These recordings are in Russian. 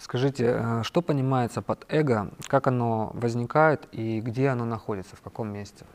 Скажите, что понимается под эго, как оно возникает и где оно находится, в каком месте?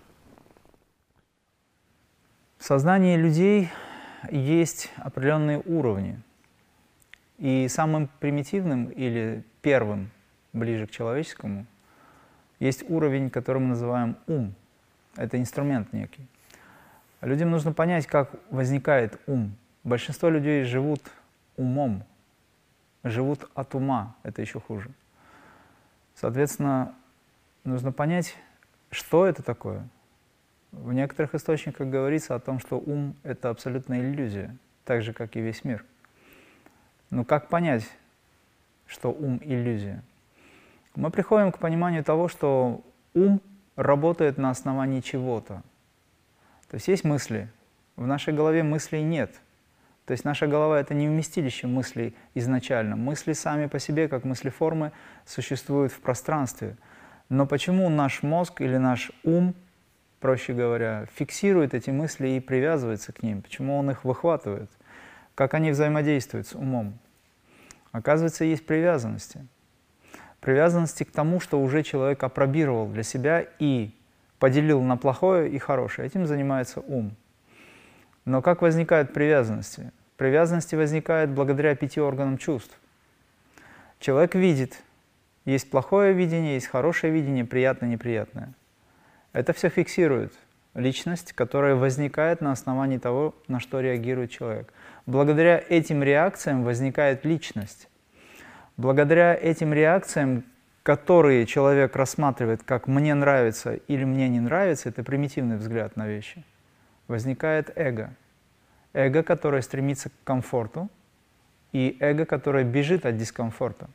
В сознании людей есть определенные уровни. И самым примитивным или первым, ближе к человеческому, есть уровень, который мы называем ум. Это инструмент некий. Людям нужно понять, как возникает ум. Большинство людей живут умом, живут от ума, это еще хуже. Соответственно, нужно понять, что это такое. В некоторых источниках говорится о том, что ум — это абсолютная иллюзия, так же, как и весь мир. Но как понять, что ум — иллюзия? Мы приходим к пониманию того, что ум работает на основании чего-то. То есть мысли, в нашей голове мыслей нет. То есть наша голова — это не вместилище мыслей изначально. Мысли сами по себе, как мыслеформы, существуют в пространстве. Но почему наш мозг или наш ум, проще говоря, фиксирует эти мысли и привязывается к ним? Почему он их выхватывает? Как они взаимодействуют с умом? Оказывается, есть привязанности. Привязанности к тому, что уже человек апробировал для себя и поделил на плохое и хорошее. Этим занимается ум. Но как возникают привязанности? Привязанности возникают благодаря 5 органам чувств. Человек видит. Есть плохое видение, есть хорошее видение, приятное, неприятное. Это все фиксирует личность, которая возникает на основании того, на что реагирует человек. Благодаря этим реакциям возникает личность. Благодаря этим реакциям, которые человек рассматривает как «мне нравится» или «мне не нравится», это примитивный взгляд на вещи, возникает эго. Эго, которое стремится к комфорту, и эго, которое бежит от дискомфорта.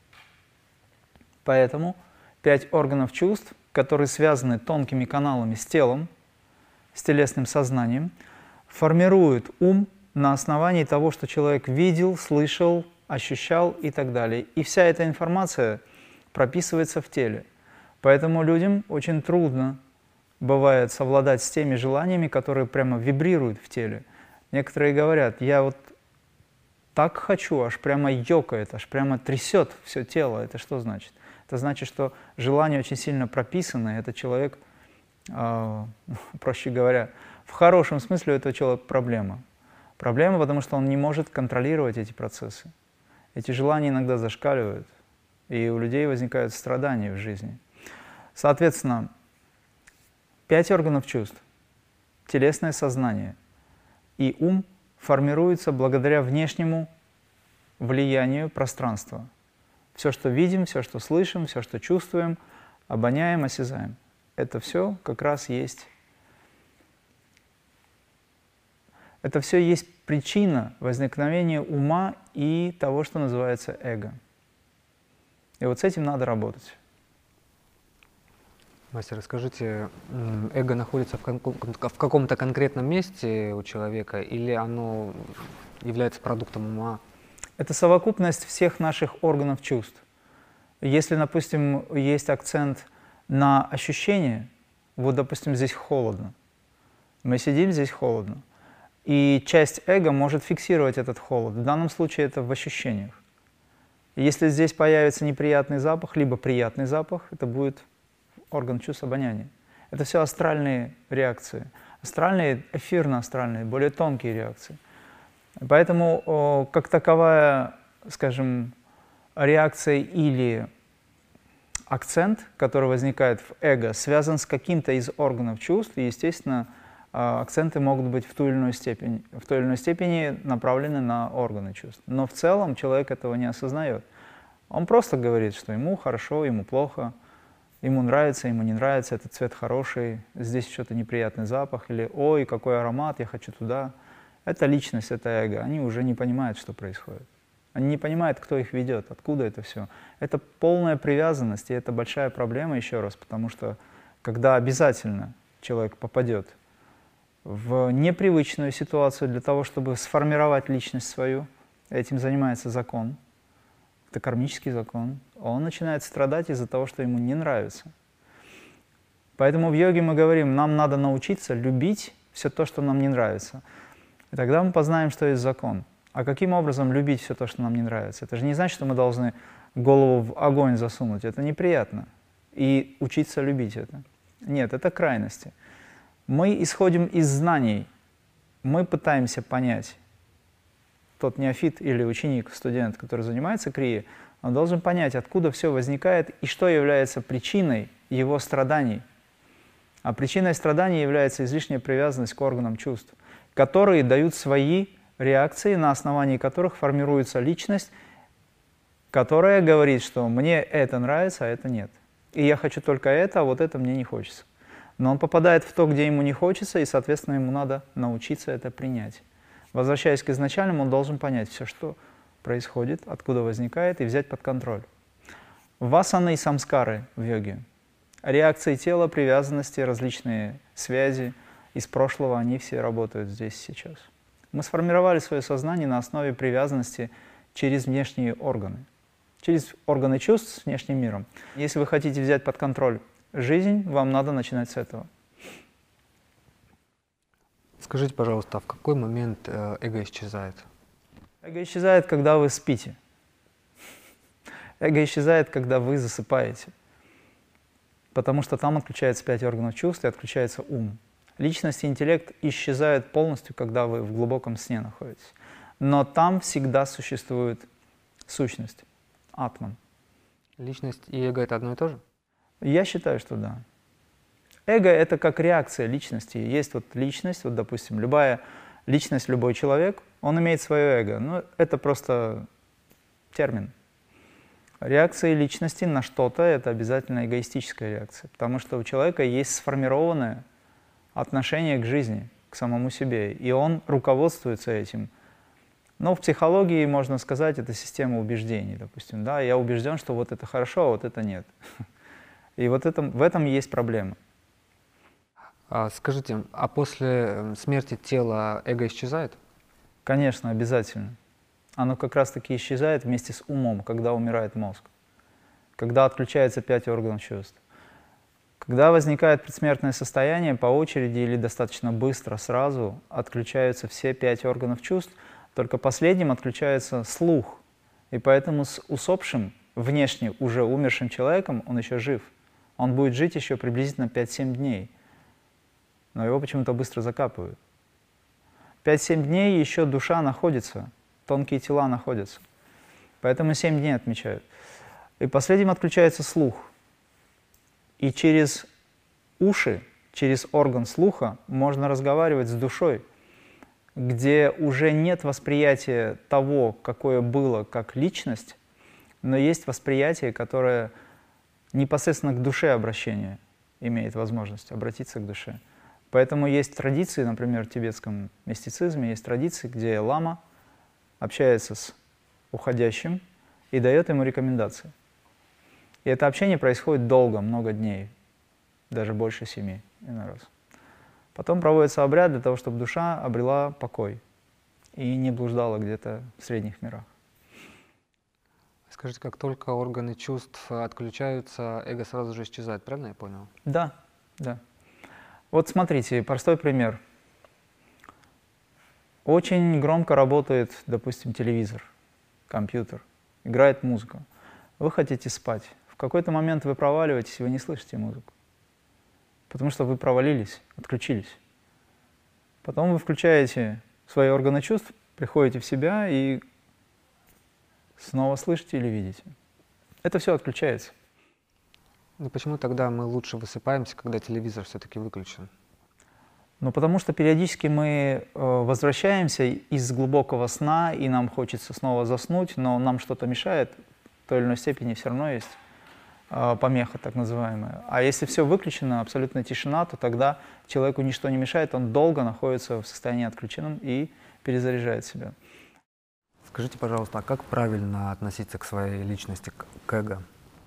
Поэтому 5 органов чувств, которые связаны тонкими каналами с телом, с телесным сознанием, формируют ум на основании того, что человек видел, слышал, ощущал и так далее. И вся эта информация прописывается в теле. Поэтому людям очень трудно бывает совладать с теми желаниями, которые прямо вибрируют в теле. Некоторые говорят: я вот так хочу, аж прямо ёкает, аж прямо трясет все тело. Это что значит? Это значит, что желание очень сильно прописано, и этот человек, проще говоря, в хорошем смысле у этого человека проблема. Проблема, потому что он не может контролировать эти процессы. Эти желания иногда зашкаливают, и у людей возникают страдания в жизни. Соответственно, 5 органов чувств, телесное сознание и ум формируются благодаря внешнему влиянию пространства. Все, что видим, все, что слышим, все, что чувствуем, обоняем, осязаем. Это все как раз есть. Это все есть причина возникновения ума и того, что называется эго. И вот с этим надо работать. Мастер, расскажите, эго находится в каком-то конкретном месте у человека или оно является продуктом ума? Это совокупность всех наших органов чувств. Если, допустим, есть акцент на ощущение, вот, допустим, здесь холодно, мы сидим, здесь холодно, и часть эго может фиксировать этот холод. В данном случае это в ощущениях. И если здесь появится неприятный запах, либо приятный запах, это будет орган чувств обоняния. Это все астральные реакции. Астральные, эфирно-астральные, более тонкие реакции. Поэтому как таковая, скажем, реакция или акцент, который возникает в эго, связан с каким-то из органов чувств, и, естественно, акценты могут быть в той или иной степени направлены на органы чувств. Но в целом человек этого не осознает. Он просто говорит, что ему хорошо, ему плохо, ему нравится, ему не нравится, этот цвет хороший, здесь что-то неприятный запах, или «Ой, какой аромат, я хочу туда». Это личность, это эго. Они уже не понимают, что происходит. Они не понимают, кто их ведет, откуда это все. Это полная привязанность, и это большая проблема, еще раз, потому что когда обязательно человек попадет в непривычную ситуацию для того, чтобы сформировать личность свою, этим занимается закон, это кармический закон, он начинает страдать из-за того, что ему не нравится. Поэтому в йоге мы говорим, нам надо научиться любить все то, что нам не нравится. И тогда мы познаем, что есть закон. А каким образом любить все то, что нам не нравится? Это же не значит, что мы должны голову в огонь засунуть. Это неприятно. И учиться любить это. Нет, это крайности. Мы исходим из знаний. Мы пытаемся понять. Тот неофит или ученик, студент, который занимается крия, он должен понять, откуда все возникает и что является причиной его страданий. А причиной страданий является излишняя привязанность к органам чувств, которые дают свои реакции, на основании которых формируется личность, которая говорит, что мне это нравится, а это нет. И я хочу только это, а вот это мне не хочется. Но он попадает в то, где ему не хочется, и, соответственно, ему надо научиться это принять. Возвращаясь к изначальному, он должен понять все, что происходит, откуда возникает, и взять под контроль. Васаны и самскары в йоге. Реакции тела, привязанности, различные связи из прошлого, они все работают здесь сейчас. Мы сформировали свое сознание на основе привязанности через внешние органы. Через органы чувств с внешним миром. Если вы хотите взять под контроль жизнь, вам надо начинать с этого. Скажите, пожалуйста, а в какой момент эго исчезает? Эго исчезает, когда вы спите. Эго исчезает, когда вы засыпаете. Потому что там отключается 5 органов чувств и отключается ум. Личность и интеллект исчезают полностью, когда вы в глубоком сне находитесь. Но там всегда существует сущность, атман. Личность и эго — это одно и то же? Я считаю, что да. Эго — это как реакция личности. Есть вот личность, вот, допустим, любая личность, любой человек, он имеет свое эго. Но это просто термин. Реакция личности на что-то — это обязательно эгоистическая реакция, потому что у человека есть сформированное отношение к жизни, к самому себе, и он руководствуется этим. Но в психологии, можно сказать, это система убеждений, допустим. Да? Я убежден, что вот это хорошо, а вот это нет. И вот в этом есть проблема. Скажите, а после смерти тела эго исчезает? Конечно, обязательно. Оно как раз-таки исчезает вместе с умом, когда умирает мозг, когда отключается 5 органов чувств. Когда возникает предсмертное состояние, по очереди или достаточно быстро сразу отключаются все 5 органов чувств, только последним отключается слух. И поэтому с усопшим, внешне уже умершим человеком, он еще жив. Он будет жить еще приблизительно 5-7 дней. Но его почему-то быстро закапывают. 5-7 дней еще душа находится, тонкие тела находятся. Поэтому 7 дней отмечают. И последним отключается слух. И через уши, через орган слуха можно разговаривать с душой, где уже нет восприятия того, какое было как личность, но есть восприятие, которое непосредственно к душе обращение имеет возможность обратиться к душе. Поэтому есть традиции, например, в тибетском мистицизме, есть традиции, где лама общается с уходящим и дает ему рекомендации. И это общение происходит долго, много дней, даже больше 7 иной раз. Потом проводится обряд для того, чтобы душа обрела покой и не блуждала где-то в средних мирах. Скажите, как только органы чувств отключаются, эго сразу же исчезает, правильно я понял? Да, да. Вот смотрите, простой пример. Очень громко работает, допустим, телевизор, компьютер, играет музыка. Вы хотите спать. В какой-то момент вы проваливаетесь, и вы не слышите музыку. Потому что вы провалились, отключились. Потом вы включаете свои органы чувств, приходите в себя и снова слышите или видите. Это все отключается. Ну почему тогда мы лучше высыпаемся, когда телевизор все-таки выключен? Ну потому что периодически мы возвращаемся из глубокого сна, и нам хочется снова заснуть, но нам что-то мешает, в той или иной степени все равно есть помеха так называемая. А если все выключено, абсолютная тишина, то тогда человеку ничто не мешает, он долго находится в состоянии отключенном и перезаряжает себя. Скажите, пожалуйста, а как правильно относиться к своей личности, к эго?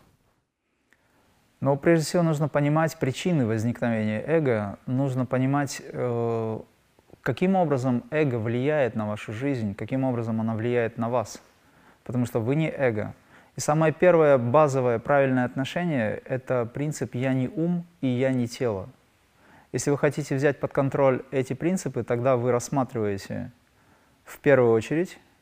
Но прежде всего нужно понимать причины возникновения эго, нужно понимать, каким образом эго влияет на вашу жизнь, каким образом оно влияет на вас, потому что вы не эго. И самое первое базовое правильное отношение – это принцип «я не ум» и «я не тело». Если вы хотите взять под контроль эти принципы, тогда вы рассматриваете в первую очередь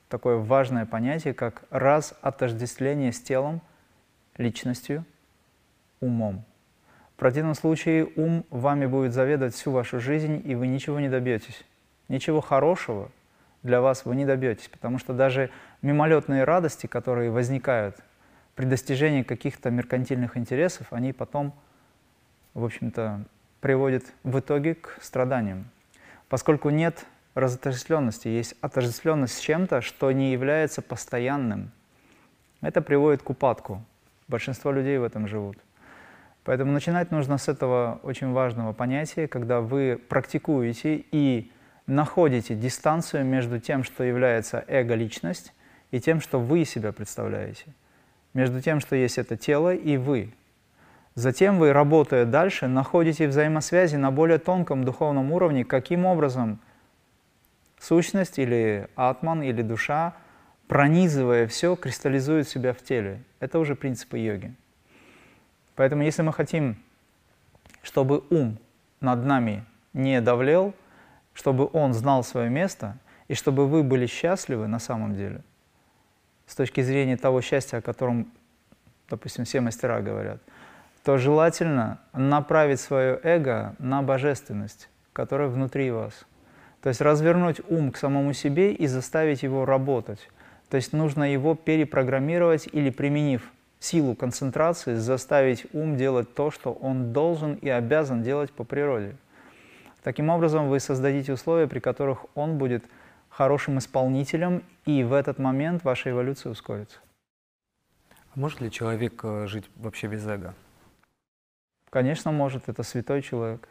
такое важное понятие, как разотождествление с телом, личностью, умом. В противном случае ум вами будет заведовать всю вашу жизнь, и вы ничего не добьетесь. Ничего хорошего для вас вы не добьетесь, потому что даже мимолетные радости, которые возникают при достижении каких-то меркантильных интересов, они потом, в общем-то, приводят в итоге к страданиям. Поскольку нет разотождествленности, есть отождествленность с чем-то, что не является постоянным. Это приводит к упадку. Большинство людей в этом живут. Поэтому начинать нужно с этого очень важного понятия, когда вы практикуете и находите дистанцию между тем, что является эго-личность, и тем, что вы себя представляете. Между тем, что есть это тело, и вы. Затем вы, работая дальше, находите взаимосвязи на более тонком духовном уровне, каким образом сущность или атман, или душа, пронизывая все, кристаллизует себя в теле. Это уже принципы йоги. Поэтому если мы хотим, чтобы ум над нами не давлел, чтобы он знал свое место, и чтобы вы были счастливы на самом деле, с точки зрения того счастья, о котором, допустим, все мастера говорят, то желательно направить свое эго на божественность, которая внутри вас. То есть развернуть ум к самому себе и заставить его работать. То есть нужно его перепрограммировать или, применив силу концентрации, заставить ум делать то, что он должен и обязан делать по природе. Таким образом, вы создадите условия, при которых он будет хорошим исполнителем, и в этот момент ваша эволюция ускорится. А может ли человек жить вообще без эго? Конечно, может. Это святой человек.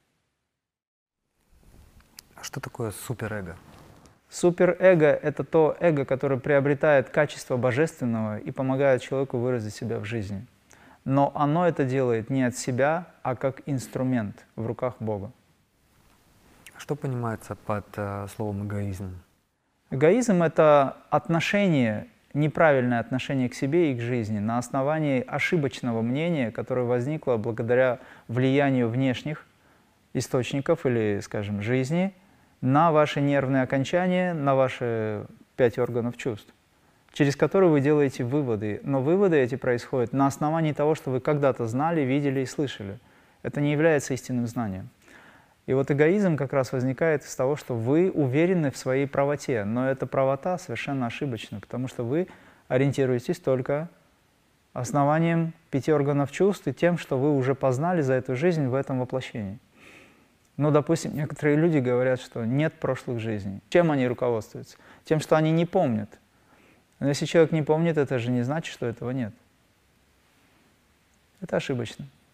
А что такое суперэго? Суперэго – это то эго, которое приобретает качество божественного и помогает человеку выразить себя в жизни. Но оно это делает не от себя, а как инструмент в руках Бога. Что понимается под словом эгоизм? Эгоизм – это отношение, неправильное отношение к себе и к жизни на основании ошибочного мнения, которое возникло благодаря влиянию внешних источников или, скажем, жизни на ваши нервные окончания, на ваши 5 органов чувств, через которые вы делаете выводы. Но выводы эти происходят на основании того, что вы когда-то знали, видели и слышали. Это не является истинным знанием. И вот эгоизм как раз возникает из того, что вы уверены в своей правоте, но эта правота совершенно ошибочна, потому что вы ориентируетесь только основанием 5 органов чувств и тем, что вы уже познали за эту жизнь в этом воплощении. Ну, допустим, некоторые люди говорят, что нет прошлых жизней. Чем они руководствуются? Тем, что они не помнят. Но если человек не помнит, это же не значит, что этого нет. Это ошибочно.